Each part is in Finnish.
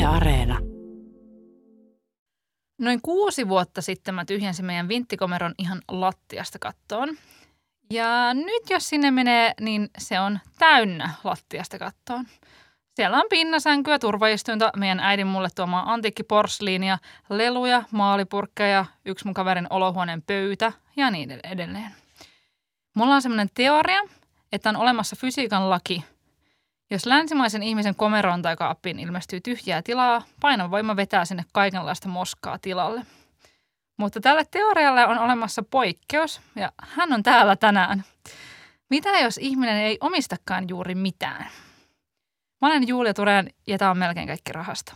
Areena. Noin 6 vuotta sitten mä tyhjensin meidän vinttikomeron ihan lattiasta kattoon. Ja nyt jos sinne menee, niin se on täynnä lattiasta kattoon. Siellä on pinnasänkyä, turvaistuinta, meidän äidin mulle tuomaa antiikkiporsliinia, leluja, maalipurkkeja, yksi mun kaverin olohuoneen pöytä ja niin edelleen. Mulla on semmoinen teoria, että on olemassa fysiikan laki. Jos länsimaisen ihmisen komeroon tai kaappiin ilmestyy tyhjää tilaa, painovoima vetää sinne kaikenlaista moskaa tilalle. Mutta tälle teorialle on olemassa poikkeus ja hän on täällä tänään. Mitä jos ihminen ei omistakaan juuri mitään? Mä olen Julia Tureen ja tää on Melkein kaikki rahasta.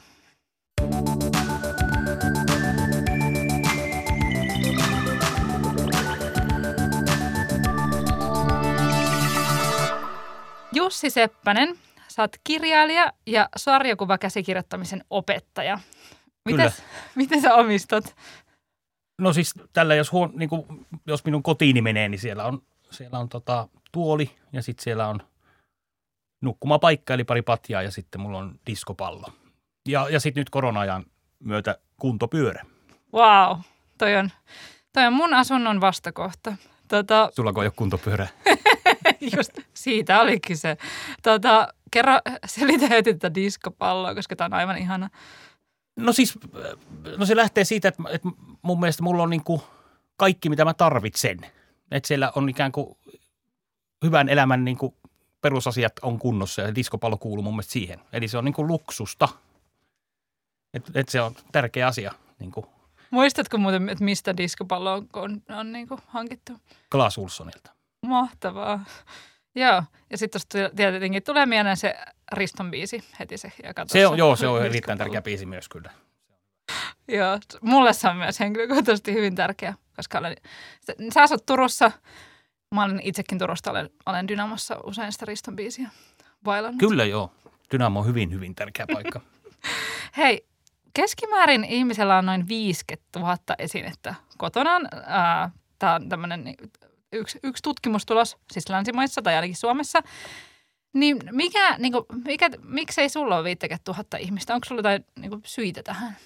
Jussi Seppänen, sä oot kirjailija ja sarjakuvakäsikirjoittamisen opettaja. Miten sä omistat? No siis tällä, jos minun kotiini menee, niin siellä on tuoli ja sitten siellä on nukkumapaikka eli pari patjaa ja sitten mulla on diskopallo. Ja sitten nyt korona-ajan myötä kuntopyörä. Vau, toi on mun asunnon vastakohta. Sullako ei ole kuntopyörä? Just siitä olikin se. Kerro, selitä heti tätä diskopalloa, koska tämä on aivan ihana. No siis, se lähtee siitä, että mun mielestä mulla on niinku kaikki, mitä mä tarvitsen. Että siellä on ikään kuin hyvän elämän niinku perusasiat on kunnossa ja diskopallo kuuluu mun mielestä siihen. Eli se on niinku luksusta. Että se on tärkeä asia. Niinku. Muistatko muuten, että mistä diskopallo on niinku hankittu? Claes Olssonilta. Mahtavaa. Joo, ja sitten tuosta tietenkin tulee mieleen se Riston biisi heti se. Se on erittäin tärkeä biisi myös kyllä. Joo, mulle se on myös henkilökohtaisesti hyvin tärkeä, koska sä asut Turussa. Mä olen itsekin Turusta, olen Dynamossa usein sitä Riston biisiä bailannut. Kyllä joo, Dynamo on hyvin, hyvin tärkeä paikka. Hei, keskimäärin ihmisellä on noin 50 000 esinettä kotonaan. Tämä on tämmöinen yksi tutkimustulos, siis länsimaissa tai ainakin Suomessa. Niin miksei sulla ole 50 000 ihmistä? Onko sulla jotain syitä tähän?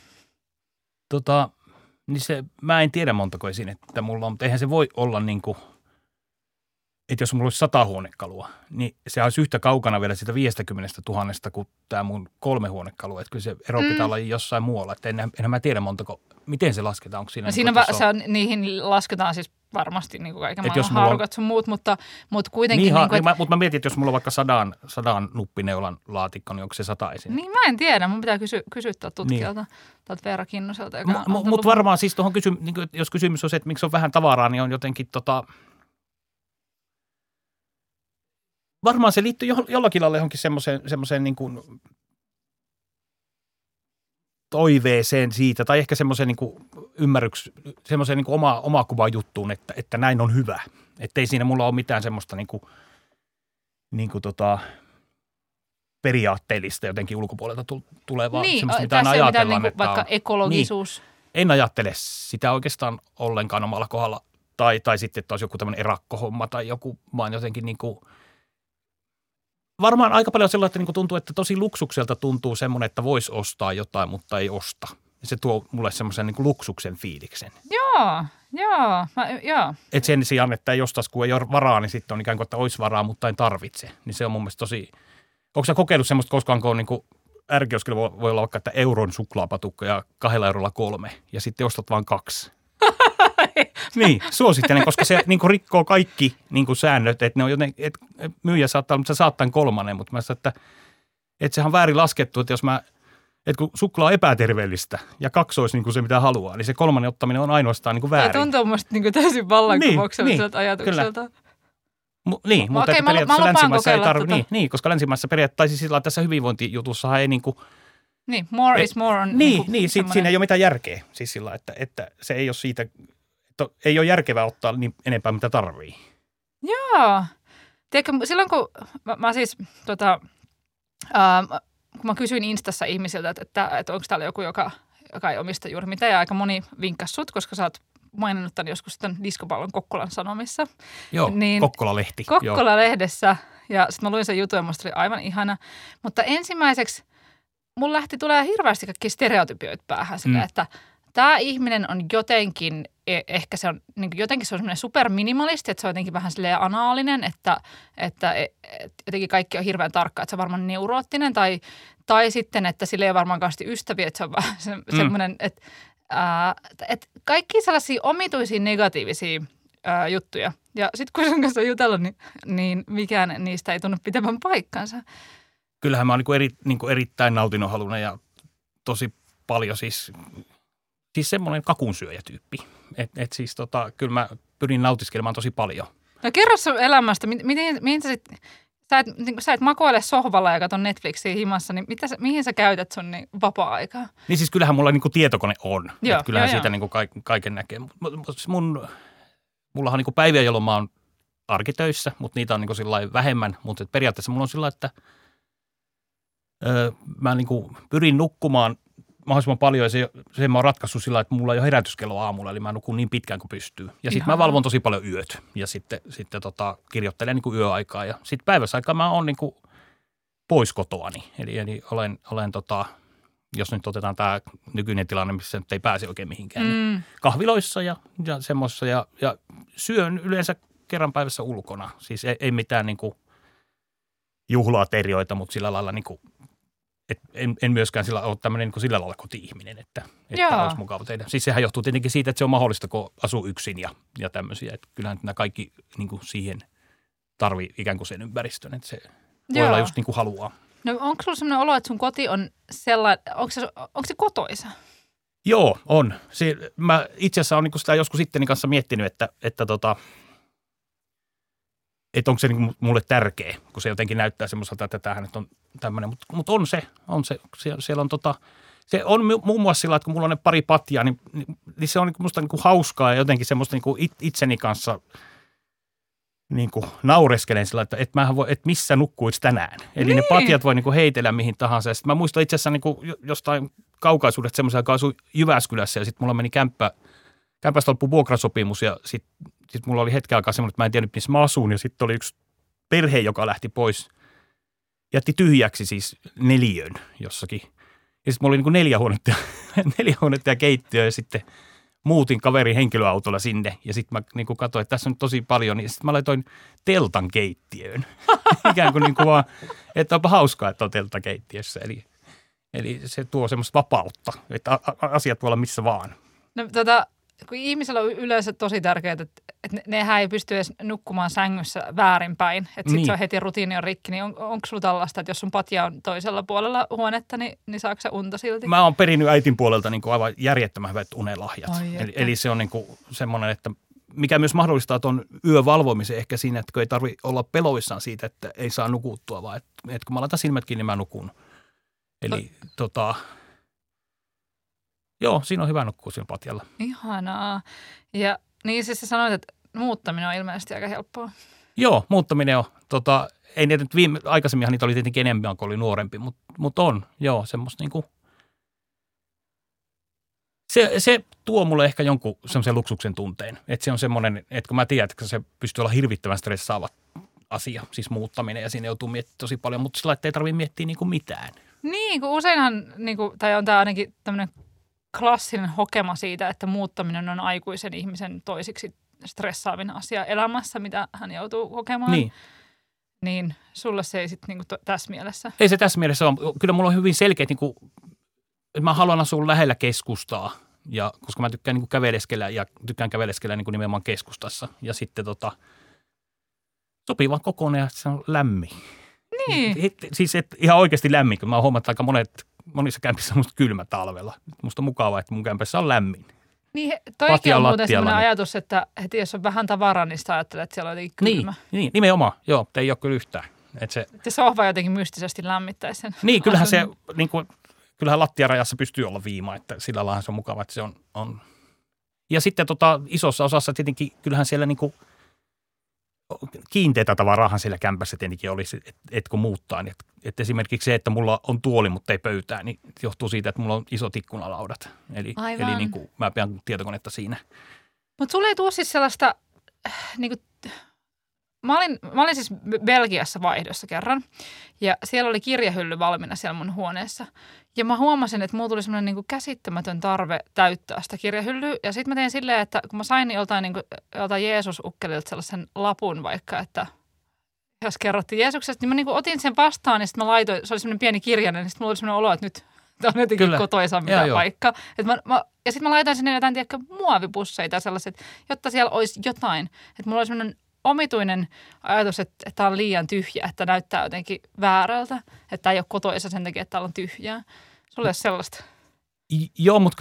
Mä en tiedä montako esinettä mulla on, mutta eihän se voi olla että jos mulla olisi 100 huonekalua, niin se olisi yhtä kaukana vielä sitä 50 000 kuin tämä mun 3 huonekalua. Että kyllä se ero pitää olla jossain muualla. Että enhän mä tiedä montako, miten se lasketaan. Onko siinä niihin lasketaan siis varmasti kaiken maailman haarukat sun muut, mutta kuitenkin. Mutta mä mietin, että jos mulla on vaikka 100 nuppineulan laatikko, niin onko se 100 esinettä? Niin mä en tiedä. Mun pitää kysyä tutkijalta, tuolta Veera Kinnuselta. Mutta varmaan siis tuohon jos kysymys on se, että miksi on vähän tavaraa, niin on jotenkin varmaan se liittyy jollakin lailla johonkin semmoiseen niin kuin toiveeseen siitä, tai ehkä semmoiseen niin kuin semmoiseen niin kuin omaa kuvaa juttuun, että näin on hyvä. Että ei siinä mulla ole mitään semmoista periaatteellista jotenkin ulkopuolelta tulevaa. Niin, semmoista mitään ajatellaan, mitään vaikka ekologisuus. Niin, en ajattele sitä oikeastaan ollenkaan omalla kohdalla. Tai sitten, että olisi joku tämmöinen erakkohomma tai joku, vaan jotenkin varmaan aika paljon sellainen, että tuntuu, että tosi luksukselta tuntuu semmoinen, että voisi ostaa jotain, mutta ei osta. Se tuo mulle semmoisen luksuksen fiiliksen. Joo. Että sen sijaan, että ei ostaisi, kun ei ole varaa, niin sitten on ikään kuin, että olisi varaa, mutta en tarvitse. Niin se on mun mielestä tosi. Onko sä kokeillut semmoista koskaan, kun on ärkioskella voi olla vaikka, että euron suklaapatukka ja 2 eurolla 3 ja sitten ostat vaan 2. Niin, suosittelen, koska se rikkoo kaikki säännöt, että ne on joten, että myyjä saattaa, mutta se saattaa 3, mutta mä sanon, että sehän on väärin laskettu, että että kun suklaa on epäterveellistä ja 2 olisi se, mitä haluaa, niin se 3 ottaminen on ainoastaan väärin. Se tuntuu musta täysin vallankumoukselliselta ajatukselta. Mutta okei, periaatteessa länsimaissa ei tarvitse. Niin, koska länsimaissa periaatteessa sillä tässä hyvinvointijutussahan ei Niin, more is more on. Siinä ei ole mitään järkeä siis sillä, että se ei ole siitä, että ei ole järkevää ottaa niin enempää, mitä tarvii. Joo. Tiedätkö, silloin kun mä siis kun mä kysyin Instassa ihmisiltä, että onko täällä joku, joka ei omista juuri mitään, ja aika moni vinkkasi sut, koska sä oot maininnut tämän joskus tämän diskopallon Kokkolan Sanomissa. Joo, niin, Kokkola-lehti. Kokkola-lehdessä, ja sitten mä luin sen jutun, ja musta oli aivan ihana. Mutta ensimmäiseksi mulla lähti tulee hirveästi kaikki stereotypioita päähän sillä, että tämä ihminen on jotenkin, ehkä se on niin jotenkin se on semmoinen superminimalisti, että se on jotenkin vähän silleen anaalinen, että jotenkin kaikki on hirveän tarkkaa, että se on varmaan neuroottinen tai sitten, että sillä ei ole varmaan kauheasti ystäviä, että se on vähän semmoinen, että kaikki sellaisia omituisia negatiivisia juttuja. Ja sitten kun sun kanssa on jutellut, niin mikään niistä ei tunnu pitävän paikkansa. Kyllähän mä oon erittäin nautinnohaluinen ja tosi paljon siis semmoinen kakunsyöjätyyppi. Et siis kyllä mä pyrin nautiskelemaan tosi paljon. No kerro sun elämästä, mihin sä sitten, sä et makoile sohvalla ja katso Netflixiä himassa, niin mihin sä käytät sun vapaa-aikaa? Niin siis kyllähän mulla tietokone on. Joo, kyllähän siitä kaiken näkee. Mullahan on päiviä, jolloin mä oon arkitöissä, mutta niitä on sillai vähemmän. Mutta periaatteessa mulla on sillä, että mä pyrin nukkumaan mahdollisimman paljon ja se mä oon ratkaissut sillä, että mulla ei ole herätyskello aamulla, eli mä nukun niin pitkään kuin pystyy. Ja sitten mä valvon tosi paljon yöt ja sitten kirjoittelen yöaikaa ja sitten päiväsaikaa mä oon pois kotoani. Eli olen jos nyt otetaan tämä nykyinen tilanne, missä nyt ei pääse oikein mihinkään, niin kahviloissa ja semmoisessa ja syön yleensä kerran päivässä ulkona. Siis ei mitään juhlaaterioita, mutta sillä lailla en myöskään ole tämmöinen sillä lailla koti-ihminen, että olisi mukava tehdä. Siis sehän johtuu tietenkin siitä, että se on mahdollista, kun asuu yksin ja tämmöisiä. Että kyllähän nämä kaikki siihen tarvii ikään kuin sen ympäristön, että se voi olla just niin kuin haluaa. No onko sulla sellainen olo, että sun koti on sellainen, onko se kotoisa? Joo, on. Mä itse asiassa olen sitä joskus itteni kanssa miettinyt, että onko se mulle tärkeä, kun se jotenkin näyttää semmoiselta, että tämähän nyt on tämmöinen. Mutta on se. Siellä on se on muun muassa sillä, että kun mulla on ne pari patjaa, niin se on musta hauskaa ja jotenkin semmoista itseni kanssa naureskelen sillä, että missä nukkuisi tänään. Eli ne patjat voi heitellä mihin tahansa. Sitten mä muistan itse asiassa jostain kaukaisuudesta semmoisen, joka asui Jyväskylässä ja sitten mulla meni kämpästä loppu vuokrasopimus ja sitten mulla oli hetken aikaa semmoinen, että mä en tiennyt, missä mä asun. Ja sitten oli yksi perhe, joka lähti pois, jätti tyhjäksi siis 4 jossakin. Ja sitten mulla oli 4 huonetta ja keittiö ja sitten muutin kaverin henkilöautolla sinne. Ja sitten mä katsoin, että tässä on tosi paljon, niin sitten mä laitoin teltan keittiöön. Ikään kuin vaan, että onpa hauskaa, että on teltta keittiössä. Eli se tuo semmoista vapautta, että asiat voi olla missä vaan. No kun ihmisellä on yleensä tosi tärkeää, että nehän ei pysty edes nukkumaan sängyssä väärinpäin. Että sitten se on heti rutiini on rikki. Niin onko sulla tällaista, että jos sun patja on toisella puolella huonetta, niin saako sä unta silti? Mä oon perinnyt äitin puolelta aivan järjettömän hyvät unelahjat. Eli se on semmoinen, että mikä myös mahdollistaa tuon yövalvomisen ehkä siinä, että ei tarvitse olla peloissaan siitä, että ei saa nukuttua, vaan että kun mä laitan silmät kiinni, niin mä nukun. Eli joo, siinä on hyvä nukkua siinä patjalla. Ihanaa. Ja niin siis sä sanoit, että muuttaminen on ilmeisesti aika helppoa. Joo, muuttaminen on. Ei niitä nyt aikaisemminhan niitä oli tietenkin enemmän, kun oli nuorempi, mutta on. Joo, semmoista se tuo mulle ehkä jonkun semmoisen luksuksen tunteen. Että se on semmoinen, että kun mä tiedän, että se pystyy olla hirvittävän stressaava asia, siis muuttaminen ja siinä joutuu miettimään tosi paljon, mutta sillä ei tarvitse miettiä mitään. Niin, kun useinhan, tai on tämä ainakin tämmöinen klassinen hokema siitä, että muuttaminen on aikuisen ihmisen toisiksi stressaavin asia elämässä, mitä hän joutuu kokemaan. Niin sulle se ei sitten tässä mielessä? Ei se tässä mielessä ole. Kyllä mulla on hyvin selkeät, että mä haluan asua lähellä keskustaa, ja, koska mä tykkään käveleskellä ja tykkään käveleskellä nimenomaan keskustassa. Ja sitten sopivan kokoinen ja se on lämmin. Niin. Siis ihan oikeasti lämmin, kun mä oon huomannut, että monissa kämpissä on musta kylmä talvella. Musta on mukavaa, että mun kämpässä on lämmin. Niin, toikin on muuten sellainen ajatus, että heti jos on vähän tavaraa, niin sitä ajattelee, että siellä on jotenkin kylmä. Niin, nimenomaan. Joo, ei ole kyllä yhtään. Se sohva jotenkin mystisesti lämmittäisi sen. Niin, kyllähän se, kyllähän lattiarajassa pystyy olla viima, että sillä lailla se on mukava, että se on. Ja sitten isossa osassa tietenkin, kyllähän siellä kiinteätä tavaraahan siellä kämpässä tietenkin olisi, että kun muuttaa. Niin että esimerkiksi se, että mulla on tuoli, mutta ei pöytää, niin johtuu siitä, että mulla on isot ikkunalaudat. Eli mä pidän tietokonetta siinä. Mutta sulle ei tule siis sellaista mä olin siis Belgiassa vaihdossa kerran ja siellä oli kirjahylly valmiina siellä mun huoneessa. Ja mä huomasin, että mulla tuli semmoinen niin kuin käsittämätön tarve täyttää sitä kirjahyllyä. Ja sitten mä tein silleen, että kun mä sain joltain Jeesus-ukkelilta sellaisen lapun vaikka, että jos kerrottiin Jeesuksesta, niin mä niin kuin otin sen vastaan ja sitten mä laitoin, se oli semmoinen pieni kirjainen, niin sitten mulla oli semmoinen olo, että nyt tämä on jotenkin kotoisampi tämä paikka. Ja sitten mä laitoin sinne jotain, tiedätkö, muovipusseja tai sellaiset, jotta siellä olisi jotain. Että mulla oli semmoinen omituinen ajatus, että tämä on liian tyhjä, että näyttää jotenkin väärältä. Että tämä ei ole kotoisa sen takia, että täällä on tyhjää. Sulla ei ole sellaista. Joo, mutta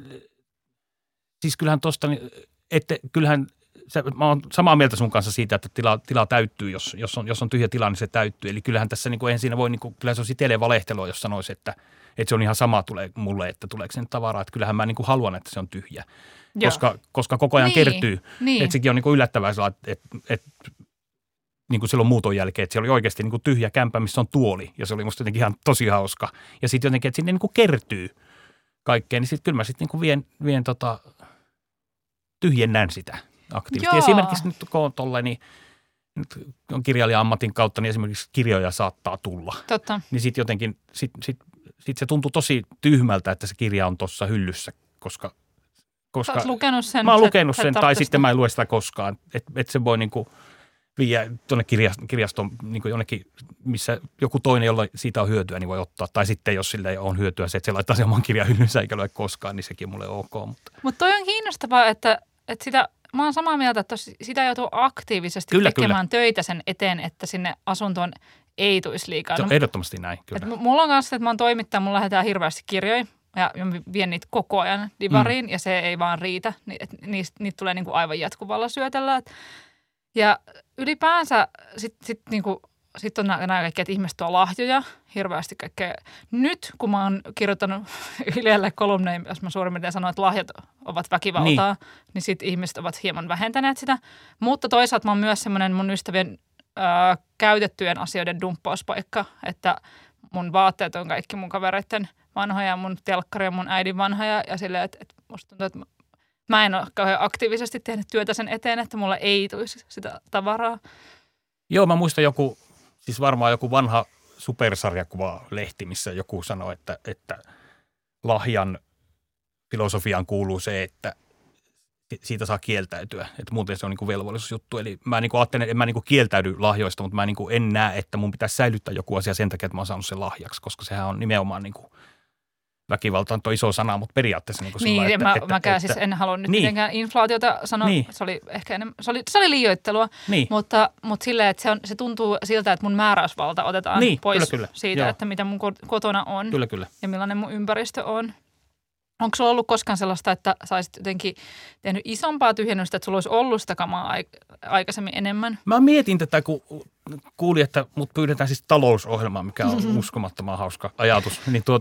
kyllähän tuosta, että kyllähän mä oon samaa mieltä sun kanssa siitä, että tila täyttyy, jos on tyhjä tila, niin se täyttyy. Eli kyllähän tässä niin kuin, eihän siinä voi, niin kuin, kyllä se on itelee valehtelua, jos sanoisi, että se on ihan sama tulee mulle, että tuleeko sen tavaraa. Että kyllähän mä niin kuin haluan, että se on tyhjä, koska koko ajan kertyy. Niin. Että sekin on niin kuin yllättävää, että niin kuin silloin muuton jälkeen, että siellä oli oikeasti niin kuin tyhjä kämpä, missä on tuoli. Ja se oli musta jotenkin ihan tosi hauska. Ja sitten jotenkin, että sinne niin kuin kertyy kaikkea, niin sitten kyllä mä sitten niin kuin vien tyhjennän sitä aktiivisesti. Esimerkiksi nyt kun on tolle, niin nyt on kirjailija-ammatin kautta, niin esimerkiksi kirjoja saattaa tulla. Totta. Niin sitten jotenkin, sit se tuntuu tosi tyhmältä, että se kirja on tuossa hyllyssä, koska sä oot lukenut sen. Mä oon lukenut sen, tai sitten mä en lue sitä koskaan. Että se voi niinku viedä tuonne kirjastoon niinku jonnekin, missä joku toinen, jolla siitä on hyötyä, niin voi ottaa. Tai sitten jos sillä on hyötyä se, että se laittaa sen oman kirjan hyllynsä eikä lue koskaan, niin sekin on mulle ok. Mutta toi on kiinnostavaa, että sitä, mä oon samaa mieltä, että sitä joutuu aktiivisesti tekemään töitä sen eteen, että sinne asuntoon ei tulisi liikaa. Se on ehdottomasti näin, kyllä. Mulla on kanssa, että mä oon toimittaja, mulla lähdetään hirveästi kirjoja. Ja vien niitä koko ajan divariin ja se ei vaan riitä. Niitä tulee niinku aivan jatkuvalla syötellä. Ja ylipäänsä sit on nämä kaikki, että ihmiset tuo lahjoja hirveästi kaikkea. Nyt kun mä oon kirjoittanut Ylelle kolumneja, jos mä suurin piirtein sanon, että lahjat ovat väkivaltaa, niin sit ihmiset ovat hieman vähentäneet sitä. Mutta toisaalta mä oon myös semmoinen mun ystävien käytettyjen asioiden dumppauspaikka, että mun vaatteet on kaikki mun kavereiden vanhoja, mun telkkari on mun äidin vanhoja ja silleen, että musta tuntuu, että mä en ole kauhean aktiivisesti tehnyt työtä sen eteen, että mulla ei tulisi sitä tavaraa. Joo, mä muistan varmaan joku vanha supersarjakuva-lehti, missä joku sanoi, että lahjan filosofiaan kuuluu se, että siitä saa kieltäytyä, että muuten se on niin kuin velvollisuusjuttu. Eli mä niin kuin ajattelen, että en mä niin kuin kieltäydy lahjoista, mutta mä niin kuin en näe, että mun pitäisi säilyttää joku asia sen takia, että mä oon saanut sen lahjaksi, koska sehän on nimenomaan niin kuin väkivalta on tuo iso sana, mutta periaatteessa niin kuin mäkään siis en halua nyt mitenkään inflaatiota sanoa. Niin. Se oli ehkä enemmän, se oli liioittelua, mutta silleen, että se tuntuu siltä, että mun määräysvalta otetaan pois siitä, joo, että mitä mun kotona on ja millainen mun ympäristö on. Onko sulla ollut koskaan sellaista, että sä olisit jotenkin tehnyt isompaa tyhjennystä, että sulla olisi ollut sitä kamaa aikaisemmin enemmän? Mä mietin tätä, kun kuulin, että mut pyydetään siis talousohjelmaan, mikä on uskomattoman hauska ajatus.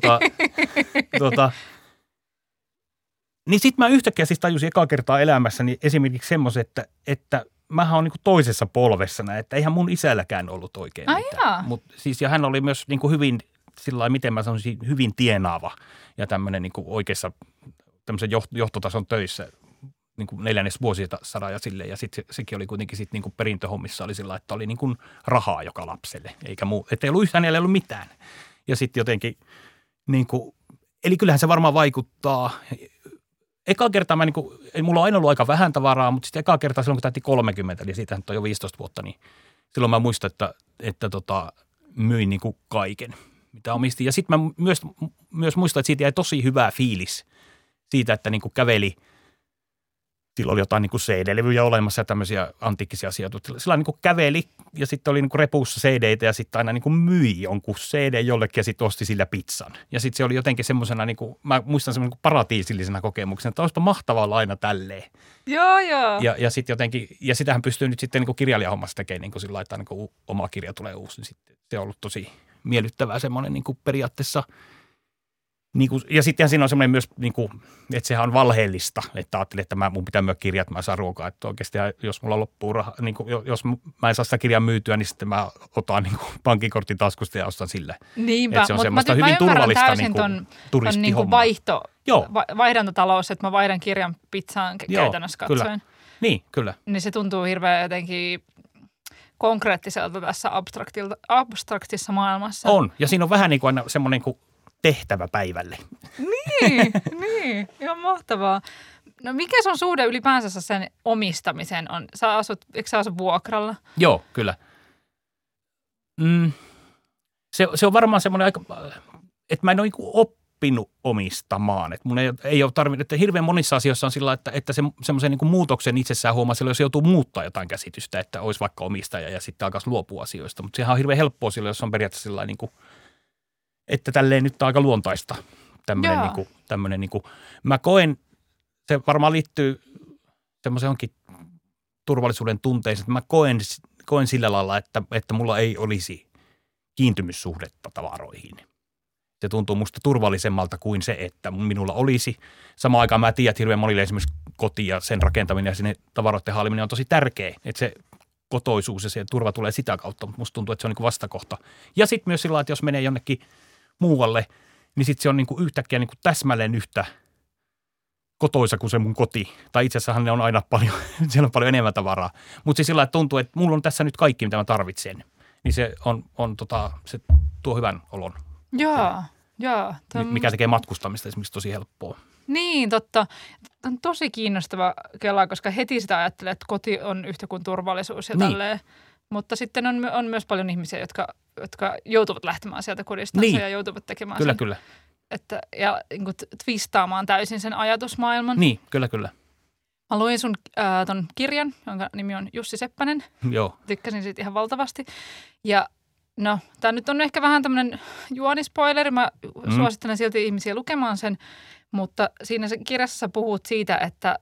Niin sit mä yhtäkkiä siis tajusin ekaa kertaa elämässäni esimerkiksi semmoisen, että mähän on niinku toisessa polvessa näin, että eihän mun isälläkään ollut oikein mitään. Ja hän oli myös niinku hyvin, sillain miten mä sanoisin, hyvin tienaava ja tämmöinen niinku oikeassa tämmöisen johtotason töissä niin kuin 4. vuosisadan ja silleen. Ja sitten sekin oli kuitenkin sitten niin kuin perintöhommissa oli sillä, että oli niin kuin rahaa joka lapselle, eikä muu. Että ei ollut yhtään, ei ollut mitään. Ja sitten jotenkin niin kuin, eli kyllähän se varmaan vaikuttaa. Eka kertaa mä niin kuin, mulla on aina ollut aika vähän tavaraa, mutta sitten eka kertaa silloin kun täytti 30, eli siitä on jo 15 vuotta, niin silloin mä muistan, että myin niin kuin kaiken, mitä omistin. Ja sitten mä myös muistan, että siitä jäi tosi hyvä fiilis siitä, että niin kuin käveli. Sillä oli jotain niin kuin CD-levyjä olemassa ja tämmöisiä antiikkisia asioita. Sillä niin kuin käveli ja sitten oli niin kuin repussa CD-tä ja sitten aina niin kuin myi jonkun CD jollekin ja sitten osti sillä pizzan. Ja sitten se oli jotenkin semmoisena, niin kuin, mä muistan semmoinen niin paratiisillisena kokemuksena, että olisipa mahtavaa olla aina tälleen. Joo. Ja sitten jotenkin, ja sitähän pystyy nyt sitten niin kuin kirjailijahommassa tekemään, niin kuin sillä laittaa niin kuin oma kirja tulee uusi. Niin sitten se on ollut tosi miellyttävää semmoinen niin kuin periaatteessa. Niin kuin, ja sittenhän siinä on semmoinen myös, niin kuin, että sehän on valheellista, että ajattelin, että mun pitää myydä kirjat, mä saan ruokaa. Että oikeasti jos mulla loppuu raha, niin kuin, jos mä en saa sitä kirjaa myytyä, niin sitten mä otan niin kuin pankkikortin taskusta ja ostan sille. Niinpä, että se on semmoista hyvin turvallista niin kuin turistihommaa. Vaihdantatalous, että mä vaihdan kirjan pizzaan käytännössä katsoen. Niin, kyllä. Niin se tuntuu hirveän jotenkin konkreettiselta tässä abstraktissa maailmassa. On, ja siinä on vähän niin kuin aina semmoinen kuin tehtävä päivälle. Niin, ihan mahtavaa. No mikä sun suhde ylipäänsä sen omistamiseen on? Eikö sä asu vuokralla? Joo, kyllä. Se on varmaan semmoinen aika, että mä en ole niin oppinut omistamaan. Että mun ei ole tarvinnut, että hirveän monissa asioissa on sillä, että semmoisen niin muutoksen itsessään huomaa silloin, jos joutuu muuttaa jotain käsitystä, että olisi vaikka omistaja ja sitten alkaisi luopua asioista. Mutta sehän on hirveän helppoa silloin, jos on periaatteessa sillä niin kuin, että tälleen nyt on aika luontaista tämmöinen niin kuin, mä koen, se varmaan liittyy semmoisen johonkin turvallisuuden tunteeseen, että mä koen sillä lailla, että mulla ei olisi kiintymyssuhdetta tavaroihin. Se tuntuu musta turvallisemmalta kuin se, että minulla olisi. Samaan aikaan mä tiedän, että hirveän monille esimerkiksi koti ja sen rakentaminen ja sinne tavaroiden haaliminen on tosi tärkeä. Että se kotoisuus ja se turva tulee sitä kautta, mutta musta tuntuu, että se on niin kuin vastakohta. Ja sitten myös sillä lailla, että jos menee jonnekin muualle, niin sitten se on niin kuin yhtäkkiä niin kuin täsmälleen yhtä kotoisa kuin se mun koti. Tai itse asiassa ne on aina paljon, siellä on paljon enemmän tavaraa. Mutta siis sillä lailla, että tuntuu, että mulla on tässä nyt kaikki, mitä mä tarvitsen. Niin se se tuo hyvän olon. Joo. Mikä tekee matkustamista esimerkiksi tosi helppoa. Niin, totta. Tämä on tosi kiinnostava kela, koska heti sitä ajattelee, että koti on yhtä kuin turvallisuus ja tälleen. Mutta sitten on myös paljon ihmisiä, jotka joutuvat lähtemään sieltä kodistansa ja joutuvat tekemään sen. Kyllä. Ja niin kuin twistaamaan täysin sen ajatusmaailman. Niin, kyllä. Mä luin sun ton kirjan, jonka nimi on Jussi Seppänen. Joo. Tykkäsin siitä ihan valtavasti. Ja no, tämä nyt on ehkä vähän tämmöinen juonispoileri. Mä suosittelen silti ihmisiä lukemaan sen. Mutta siinä kirjassa sä puhut siitä, että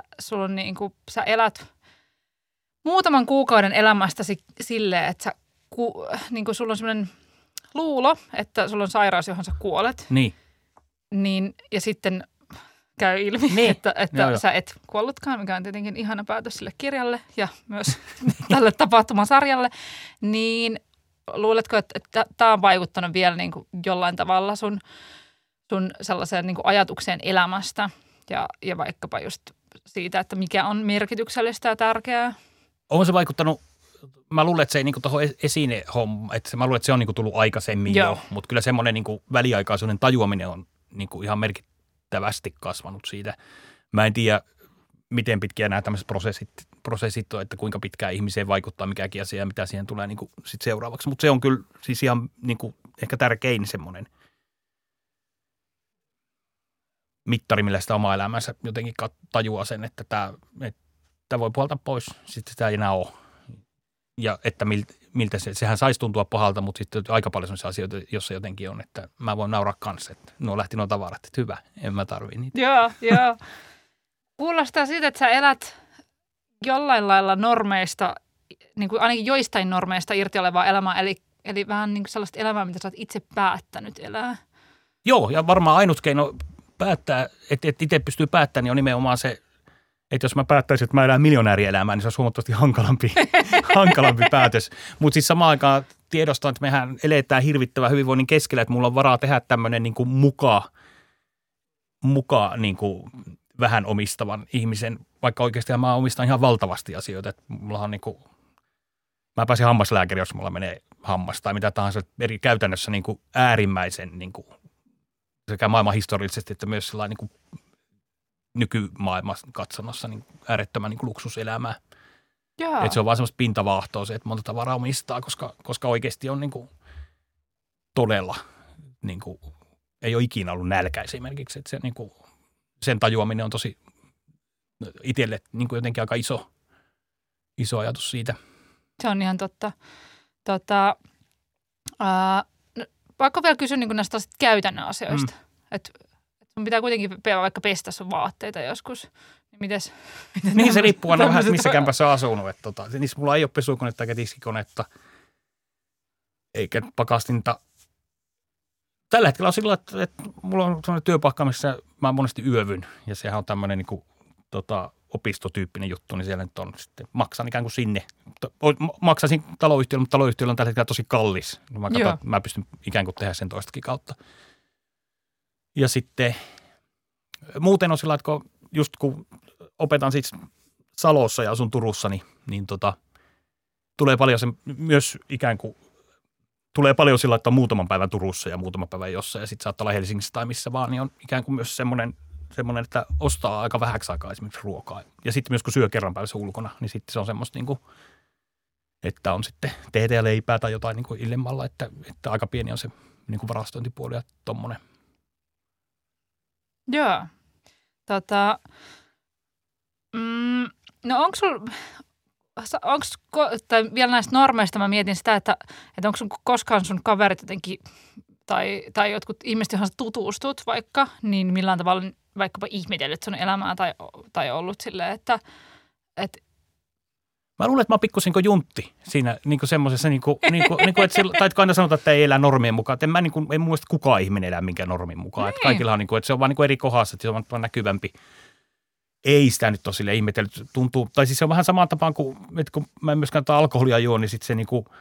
sä elät muutaman kuukauden elämästäsi silleen, että niin kuin sulla on semmoinen luulo, että sulla on sairaus, johon sä kuolet. Niin, ja sitten käy ilmi, että sä et kuollutkaan, mikä on tietenkin ihana päätös sille kirjalle ja myös tälle tapahtumasarjalle. Niin luuletko, että tämä on vaikuttanut vielä niin kuin jollain tavalla sun sellaiseen niin kuin ajatukseen elämästä ja vaikkapa just siitä, että mikä on merkityksellistä ja tärkeää? On se vaikuttanut. Mä luulen, että se ei niin tuohon esinehomma, että mä luulen, että se on niin tullut aikaisemmin jo, mutta kyllä semmoinen niin väliaikaisuuden tajuaminen on niin ihan merkittävästi kasvanut siitä. Mä en tiedä, miten pitkiä nämä tämmöiset prosessit on, että kuinka pitkään ihmiseen vaikuttaa mikäkin asia ja mitä siihen tulee niin sit seuraavaksi. Mutta se on kyllä siis ihan niin ehkä tärkein semmoinen mittari, millä sitä omaa elämänsä jotenkin tajuaa sen, että tämä voi puhaltaa pois, sitten sitä ei enää ole. Ja että miltä sehän saisi tuntua pahalta, mutta sitten aika paljon sellaisia asioita, jossa jotenkin on, että mä voin nauraa kanssa, että lähti nuo tavarat, että hyvä, en mä tarvii niitä. Joo. Kuulostaa siitä, että sä elät jollain lailla normeista, niin kuin ainakin joistain normeista irti olevaa elämää, eli vähän niin kuin sellaista elämää, mitä sä oot itse päättänyt elää. Joo, ja varmaan ainut keino päättää, että itse pystyy päättämään, niin on nimenomaan se, että jos mä päättäisin, että mä elän miljonäärielämää, niin se olisi huomattavasti hankalampi päätös. Mutta siis samaan aikaan tiedostan, että mehän eletään hirvittävän hyvinvoinnin keskellä, että mulla on varaa tehdä tämmöinen niin kuin muka niin kuin vähän omistavan ihmisen, vaikka oikeasti mä omistan ihan valtavasti asioita. Että mullahan niin kuin, mä pääsin hammaslääkäri, jos mulla menee hammas tai mitä tahansa eri käytännössä niin kuin äärimmäisen niin kuin, sekä maailman historiallisesti että myös sellainen niin kuin nykymaailman katsonnossa niin äärettömän niin kuin luksuselämää. Että se on vaan semmoista pintavaahtoa se, että monta tavaraa omistaa, koska oikeasti on niin kuin todella, niin kuin, ei ole ikinä ollut nälkä esimerkiksi. Että se, niin kuin, sen tajuaminen on tosi itselle niin kuin jotenkin aika iso ajatus siitä. Se on ihan totta. Pakko vielä kysyä niin kuin näistä käytännön asioista. Että sun pitää kuitenkin vaikka pestä sun vaatteita joskus. Niin se riippuu aina vähän, missä kämpässä on asunut. Niissä mulla ei ole pesukonetta eikä tiskikonetta eikä pakastinta. Tällä hetkellä on sillä, että mulla on sellainen työpaikka, missä mä monesti yövyn. Ja sehän on tämmöinen niin kuin, opistotyyppinen juttu, niin siellä nyt on sitten maksan ikään kuin sinne. Maksasin taloyhtiöllä, mutta taloyhtiöllä on tällä hetkellä tosi kallis. Mä katson, että mä pystyn ikään kuin tehdä sen toistakin kautta. Ja sitten muuten on sillä, että just kun opetan siis Salossa ja asun Turussa, niin tulee paljon se myös ikään kuin, tulee paljon sillä, että on muutaman päivän Turussa ja muutaman päivän jossain ja sitten saattaa olla Helsingissä tai missä vaan, niin on ikään kuin myös semmoinen, että ostaa aika vähäksi aikaa esimerkiksi ruokaa. Ja sitten myös kun syö kerran päivässä ulkona, niin sitten se on semmoista niin kuin, että on sitten teetä ja leipää tai jotain niin kuin illemmalla, että aika pieni on se niin kuin varastointipuoli ja tommoinen. Joo. No tai vielä näistä normeista mä mietin sitä, että onko koskaan sun kaverit jotenkin, tai jotkut ihmiset, joihin sä tutustut vaikka, niin millään tavalla vaikkapa ihmetellyt sun elämää tai ollut silleen, että Mä luulen, että mä oon pikkusen kuin juntti siinä niin semmoisessa, tai aina sanotaan, että ei elä normien mukaan. En mun mielestä kukaan ihminen elää minkään normin mukaan. Että kaikilla on, että se on vaan eri kohdassa, että se on vaan näkyvämpi. Ei sitä nyt ole sille ihmetellyt. Tuntuu, tai siis se on vähän samaan tapaan kuin, että kun mä en myöskään alkoholia juo, niin sitten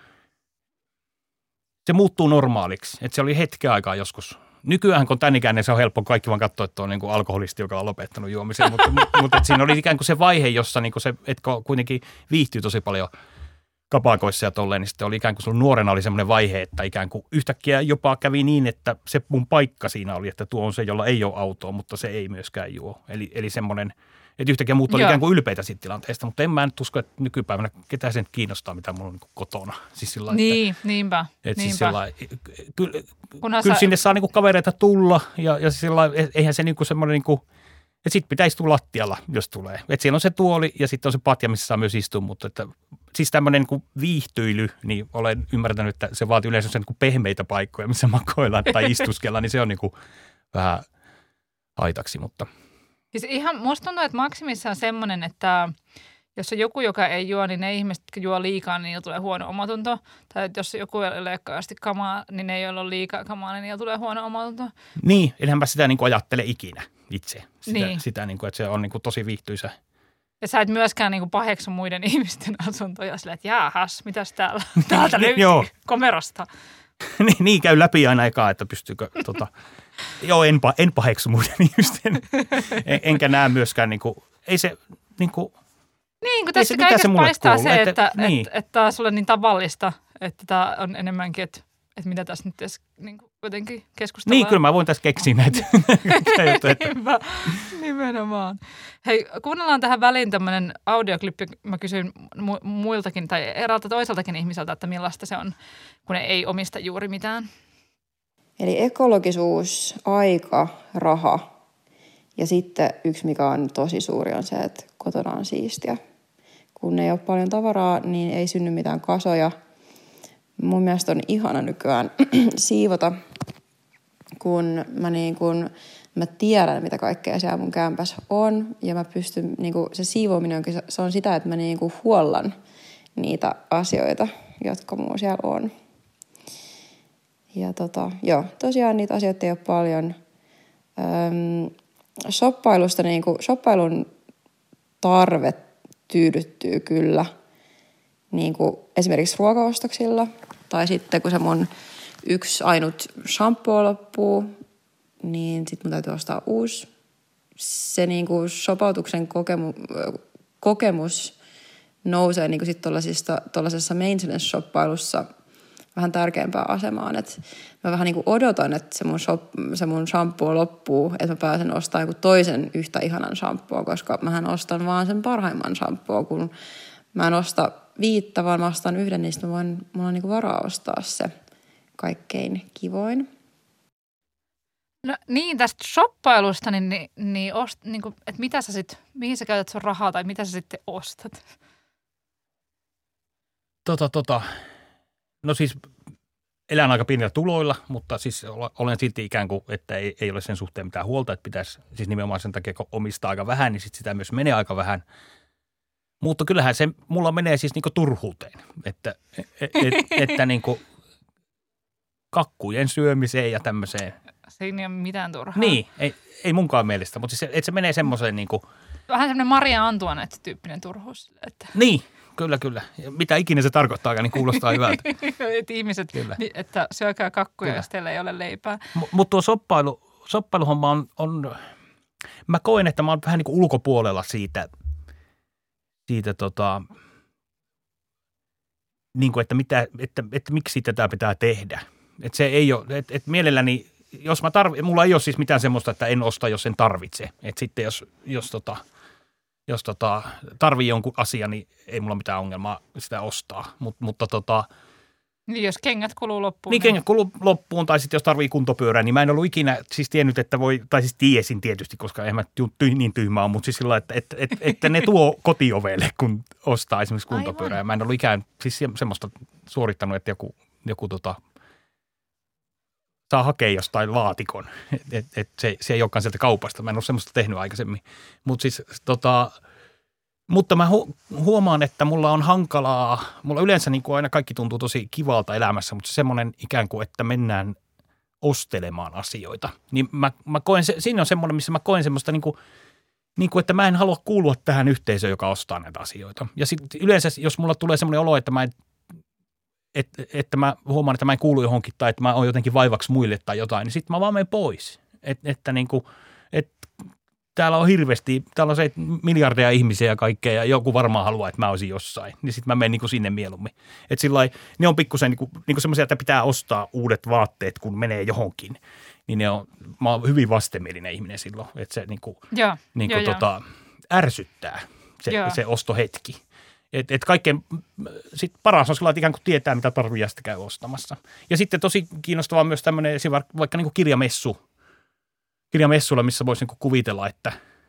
se muuttuu normaaliksi. Että se oli hetken aikaa joskus. Nykyään kun tän ikäinen, se on helppo kaikki vaan katsoa, että on niin kuin alkoholisti, joka on lopettanut juomisen. mutta siinä oli ikään kuin se vaihe, jossa niin kuin se, että kuitenkin viihtyy tosi paljon kapakoissa ja tolleen, niin sitten oli ikään kuin sulla nuorena oli semmoinen vaihe, että ikään kuin yhtäkkiä jopa kävi niin, että se mun paikka siinä oli, että tuo on se, jolla ei ole autoa, mutta se ei myöskään juo. Eli semmoinen, että yhtäkkiä muut oli ikään kuin ylpeitä siitä tilanteesta, mutta en mä nyt usko, että nykypäivänä ketään sen kiinnostaa, mitä mulla on niin kotona. Siis sillä, niinpä. Siis sillä, kyllä sinne saa niinku kavereita tulla ja sillä, eihän se niinku semmoinen, niinku, että sit pitäisi tulla lattialla, jos tulee. Että siellä on se tuoli ja sitten on se patja, missä saa myös istua, mutta että, siis tämmöinen niinku viihtyily, niin olen ymmärtänyt, että se vaatii yleensä niinku pehmeitä paikkoja, missä makoillaan tai istuskellaan, niin se on niinku vähän haitaksi, mutta siis ihan, musta tuntuu, että maksimissa on semmoinen, että jos on joku, joka ei juo, niin ne ihmiset, jotka juo liikaa, niin niillä tulee huono omatunto. Tai jos joku ei leikkaasti kamaa, niin ne ei ole liikaa kamaa, niin niillä tulee huono omatunto. Niin, enhän mä sitä niin kuin ajattele ikinä itse. Sitä niin kuin, että se on niin kuin tosi viihtyisä. Ja sä et myöskään niin kuin paheksu muiden ihmisten asuntoja silleen, että jaahas, mitäs täällä? Täältä löytyy komerosta. Niin käy läpi aina ekaa, että pystyykö Joo, en paheksu muiden ihmisten. Enkä näe myöskään, ei se Niin, kun tässä kaikessa paistaa se, että tämä on sulle niin tavallista, että tämä on enemmänkin, että mitä tässä nyt edes jotenkin keskustellaan. Niin, kyllä mä voin tässä keksiä näitä. Nimenomaan. Hei, kuunnellaan tähän väliin tämmöinen audioklippi. Mä kysyin muiltakin tai eräältä toiseltakin ihmiseltä, että millaista se on, kun ei omista juuri mitään. Eli ekologisuus, aika, raha ja sitten yksi, mikä on tosi suuri, on se, että kotona on siistiä. Kun ei ole paljon tavaraa, niin ei synny mitään kasoja. Mun mielestä on ihana nykyään siivota, kun mä tiedän, mitä kaikkea siellä mun kämpässä on. Ja mä pystyn, se siivoaminen se on sitä, että mä huollan niitä asioita, jotka mulla siellä on. Ja tosiaan niitä asioita ei ole paljon. Shoppailun tarve tyydyttyy kyllä esimerkiksi ruokaostoksilla. Tai sitten kun se mun yksi ainut shampoo loppuu, niin sitten mun täytyy ostaa uusi. Se shoppautuksen kokemus nousee sit tuollaisessa maintenance-shoppailussa vähän tärkeämpään asemaan. Et mä vähän odotan, että se mun shampoo loppuu, että mä pääsen ostamaan joku toisen yhtä ihanan shampoo, koska mähän ostan vaan sen parhaimman shampoo, kun mä en osta 5, vaan mä ostan yhden, niin mulla on varaa ostaa se kaikkein kivoin. No niin, tästä shoppailusta, että mitä sä sit, mihin sä käytät sun rahaa tai mitä sä sitten ostat? No siis elän aika pienillä tuloilla, mutta siis olen silti ikään kuin, että ei ole sen suhteen mitään huolta, että pitäisi siis nimenomaan sen takia, kun omistaa aika vähän, niin sit sitä myös menee aika vähän. Mutta kyllähän se mulla menee siis turhuuteen, että kakkujen syömiseen ja tämmöiseen. Siinä ei ole mitään turhaa. Niin, ei munkaan mielestä, mutta siis, että se menee semmoiseen vähän semmoinen Maria Antoinette-tyyppinen turhuus. Että Niin. Kyllä. Mitä ikinä se tarkoittaa, niin kuulostaa hyvältä. Että ihmiset, että syökää kakkuja, jos teillä ei ole leipää. Mutta tuo shoppailuhomma on, mä koen, että mä oon vähän ulkopuolella siitä niin kuin, että miksi tätä pitää tehdä. Että se ei ole, että mielelläni, jos mulla ei ole siis mitään semmoista, että en osta, jos en tarvitse. Että sitten jos tarvii jonkun asian, niin ei mulla mitään ongelmaa sitä ostaa. Mutta Niin jos kengät kuluu loppuun. Niin kengät kuluu loppuun, tai sitten jos tarvii kuntopyörää, niin mä en ollut ikinä siis tiennyt, että voi, tai siis tiesin tietysti, koska en mä niin tyhmä ole, mutta siis sillä että ne tuo kotiovelle, kun ostaa esimerkiksi kuntopyörää. Aivan. Mä en ollut ikään siis semmoista suorittanut, että joku saa hakea jostain laatikon, että se ei olekaan sieltä kaupasta. Mä en ole semmoista tehnyt aikaisemmin, mutta siis mutta mä huomaan, että mulla on hankalaa, mulla yleensä niin kuin aina kaikki tuntuu tosi kivalta elämässä, mutta semmoinen ikään kuin, että mennään ostelemaan asioita. Niin mä koen, siinä on semmoinen, missä mä koen semmoista niin kuin, että mä en halua kuulua tähän yhteisöön, joka ostaa näitä asioita. Ja sitten yleensä, jos mulla tulee semmoinen olo, että mä huomaan, että mä en kuulu johonkin tai että mä oon jotenkin vaivaksi muille tai jotain, niin sitten mä vaan menen pois. Että niin kuin, täällä on se miljardeja ihmisiä ja kaikkea, ja joku varmaan haluaa, että mä olisin jossain. Niin sitten mä menen niin sinne mieluummin. Että sillai, ne on pikkusen niin semmoisia, että pitää ostaa uudet vaatteet, kun menee johonkin. Niin mä oon hyvin vastenmielinen ihminen silloin. Että se ärsyttää se ostohetki. Että kaikkein sit paras on sillä, että ikään kuin tietää, mitä tarvii ja sitten käy ostamassa. Ja sitten tosi kiinnostavaa myös tämmöinen, vaikka niin kuin kirjamessulla, missä voisi niin kuvitella, että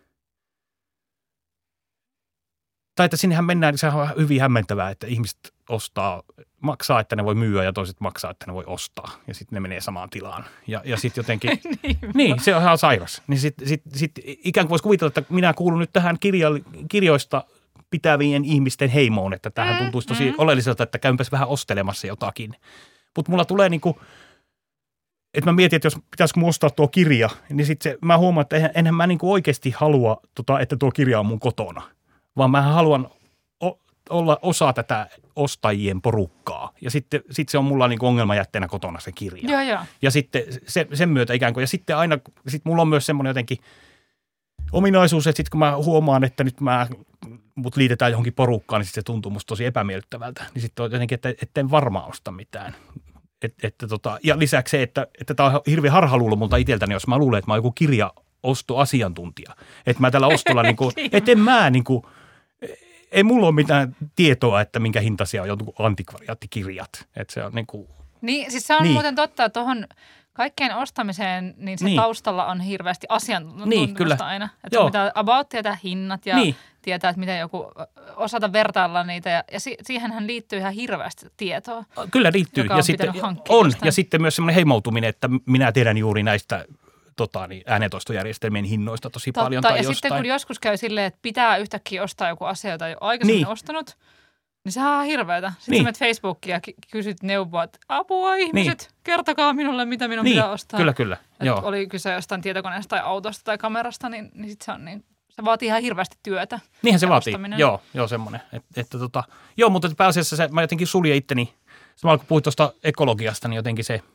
sinnehän mennään, niin sehän on hyvin hämmentävää, että ihmiset maksaa, että ne voi myyä ja toiset maksaa, että ne voi ostaa. Ja sitten ne menee samaan tilaan. Ja sitten jotenkin, niin se on ihan sairas. Niin sitten ikään kuin voisi kuvitella, että minä kuulun nyt tähän kirjoista pitävien ihmisten heimoon, että tähän tuntuisi tosi oleelliselta, että käymäpäs vähän ostelemassa jotakin. Mutta mulla tulee niinku, että mä mietin, että jos pitäisikö mun ostaa tuo kirja, niin sitten mä huomaan, että enhän mä niinku oikeasti halua, että tuo kirja on mun kotona, vaan mä haluan olla osa tätä ostajien porukkaa. Ja sitten se on mulla niinku ongelmajätteenä kotona se kirja. Joo. Ja sitten sen myötä ikään kuin, ja sitten mulla on myös semmoinen jotenkin ominaisuus, että sitten kun mä huomaan, että nyt mut liitetään johonkin porukkaan, niin sitten se tuntuu musta tosi epämiellyttävältä. Niin sitten on jotenkin, että en varmaan osta mitään. Ja lisäksi se, että tämä on hirveän harhaluulo multa itseltäni, jos mä luulen, että mä oon joku kirjaostoasiantuntija. Että mä tällä ostolla, että ei mulla ole mitään tietoa, että minkä hintaisia on jotkut antikvariaattikirjat. Että se on Niin, siis se on muuten totta, että tuohon kaikkeen ostamiseen, niin se taustalla on hirveästi asiantuntemusta aina. Että pitää about tietää hinnat ja tietää, että miten joku osata vertailla niitä. Ja siihenhän liittyy ihan hirveästi tietoa. Kyllä liittyy. Ja sitten myös semmoinen heimoutuminen, että minä tiedän juuri näistä äänentoistojärjestelmien hinnoista tosi paljon. Tai jostain. Sitten kun joskus käy silleen, että pitää yhtäkkiä ostaa joku asia, jota ei ole aikaisemmin ostanut, niin sehän on hirveätä. Sitten sä menet Facebookiin ja kysyt neuvoa, että apua ihmiset, kertokaa minulle, mitä minun pitää ostaa. Kyllä. Oli kyse jostain tietokoneesta tai autosta tai kamerasta, niin sitten se on se vaatii ihan hirveästi työtä. Niinhän se vaatii. Joo, semmoinen. Mutta pääasiassa mä jotenkin suljen itteni. Samalla kun puhuit tuosta ekologiasta, niin jotenkin se,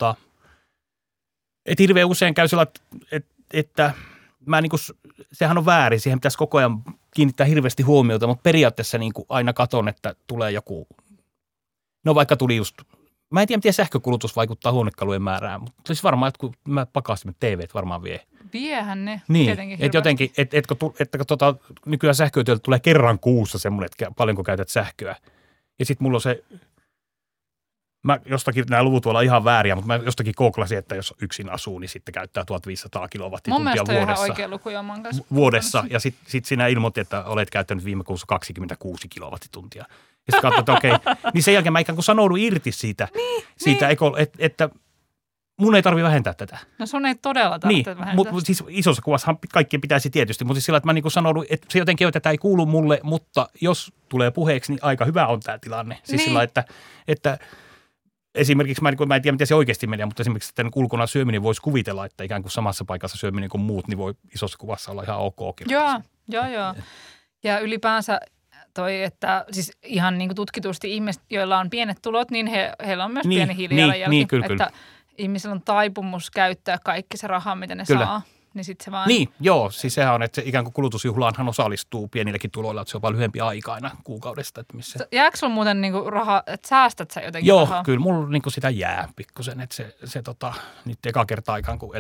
että hirveän usein käy sillä, että mä sehän on väärin. Siihen pitäisi koko ajan kiinnittää hirveästi huomiota, mutta periaatteessa aina katon, että tulee joku, vaikka tuli just, mä en tiedä, miten sähkökulutus vaikuttaa huonekalujen määrään, mutta siis varmaan, että kun mä pakastimet TVt varmaan vie. Viehän ne tietenkin hirveästi. Jotenkin, että nykyään sähköyhtiöltä tulee kerran kuussa semmoinen, että paljonko käytät sähköä. Ja sitten mulla on se, mä jostakin, nämä luvut voi olla ihan vääriä, mutta mä jostakin gooklasin, että jos yksin asuu, niin sitten käyttää 1500 kilowattituntia vuodessa. Mun mielestä on ihan oikea luku Joman kanssa. Vuodessa, ja sitten sinä ilmoitti, että olet käyttänyt viime kuussa 26 kilowattituntia. Ja sitten katsoin, että okei, niin sen jälkeen mä ikään kuin sanoudun irti siitä että mun ei tarvitse vähentää tätä. No sun ei todella tarvitse vähentää. Mutta siis isossa kuvassahan kaikkien pitäisi tietysti, mutta siis sillä, että mä sanoudun, että se jotenkin, että tämä ei kuulu mulle, mutta jos tulee puheeksi, niin aika hyvä on tämä tilanne. Siis sillä, että esimerkiksi, mä en tiedä, miten se oikeasti menee, mutta esimerkiksi että ulkona syöminen voisi kuvitella, että ikään kuin samassa paikassa syöminen kuin muut, niin voi isossa kuvassa olla ihan okkin. Joo. Ja ylipäänsä että siis ihan niin kuin tutkitusti ihmiset, joilla on pienet tulot, niin heillä on myös pieni hiilijalanjälki. Että ihmisillä on taipumus käyttää kaikki se raha, mitä ne saa. niin sitten se vaan... Niin, joo. Siis sehän on, että se ikään kuin kulutusjuhlaanhan osallistuu pienilläkin tuloilla, että se on vaan lyhyempi aika aina kuukaudesta. Että missä... Jääkö sulla muuten niinku rahaa, että säästät sä jotenkin joo, rahaa? kyllä mulla niinku sitä jää pikkusen, että se nyt eka kertaa ikään kuin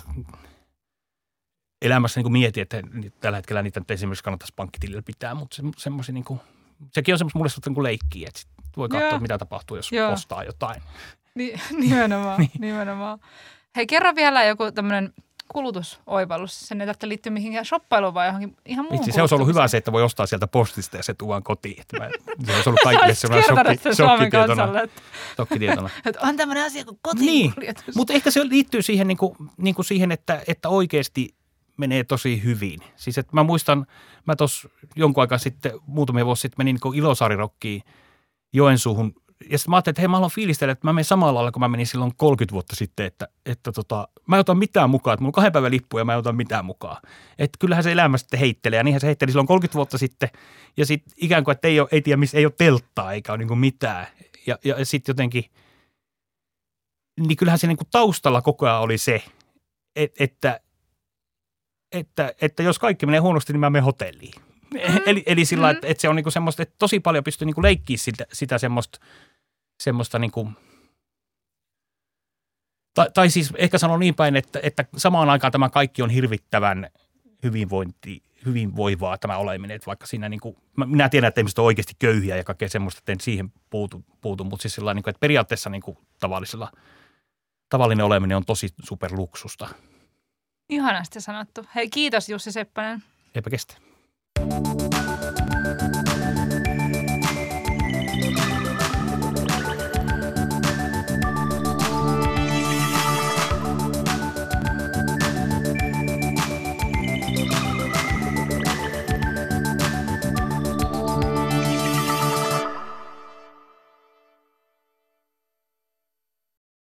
elämässä niin kuin mietin, että tällä hetkellä niitä esimerkiksi kannattaisi pankkitilillä pitää, mutta semmoisia niin kuin, sekin on semmoista mulle niin kuin leikkiä, että voi katsoa, mitä tapahtuu, jos ostaa jotain. Nimenomaan. Hei, kerro vielä joku tämmöinen kulutusoivallus. Sen ei tarvitse liittyä mihinkään shoppailuun, vaan johonkin ihan muuhun. Se olisi ollut hyvä se, että voi ostaa sieltä postista ja se tuodaan kotiin. Se olisi ollut kaikille sellainen shokkitietona. Että on tämmöinen asia kuin kotikuljetus. Niin, mutta ehkä se liittyy siihen, niin kuin siihen että oikeasti menee tosi hyvin. Siis että mä muistan, mä tuossa jonkun aikaa sitten, muutamia vuosia sitten menin niin Ilosaari-rockiin Joensuuhun. Ja sitten mä ajattelin, että hei, mä haluan fiilistellä, että mä menen samalla lailla, kun mä menin silloin 30 vuotta sitten, että mä en ota mitään mukaan, että mulla on 2 päivän lippu ja mä en ota mitään mukaan. Että kyllähän se elämä sitten heittelee ja niinhän se heitteli silloin 30 vuotta sitten. Ja sitten ikään kuin, että ei tiedä, missä ei ole telttaa eikä ole niin kuin mitään. Ja sitten jotenkin, niin kyllähän se niin kuin taustalla koko ajan oli se, että jos kaikki menee huonosti, niin mä menen hotelliin. Eli sillä että se on niinku semmoista, että tosi paljon pystyy niinku leikkiä sitä semmoista niinku, tai siis ehkä sanon niin päin, että samaan aikaan tämä kaikki on hirvittävän hyvinvoivaa tämä oleminen, että vaikka siinä niinku, minä tiedän, että ihmiset on oikeasti köyhiä ja kaikkea semmoista, että en siihen puutu, mutta siis sillä niinku, että periaatteessa niinku tavallinen oleminen on tosi superluksusta. Ihanasti sanottu. Hei, kiitos Jussi Seppänen. Eipä kestä.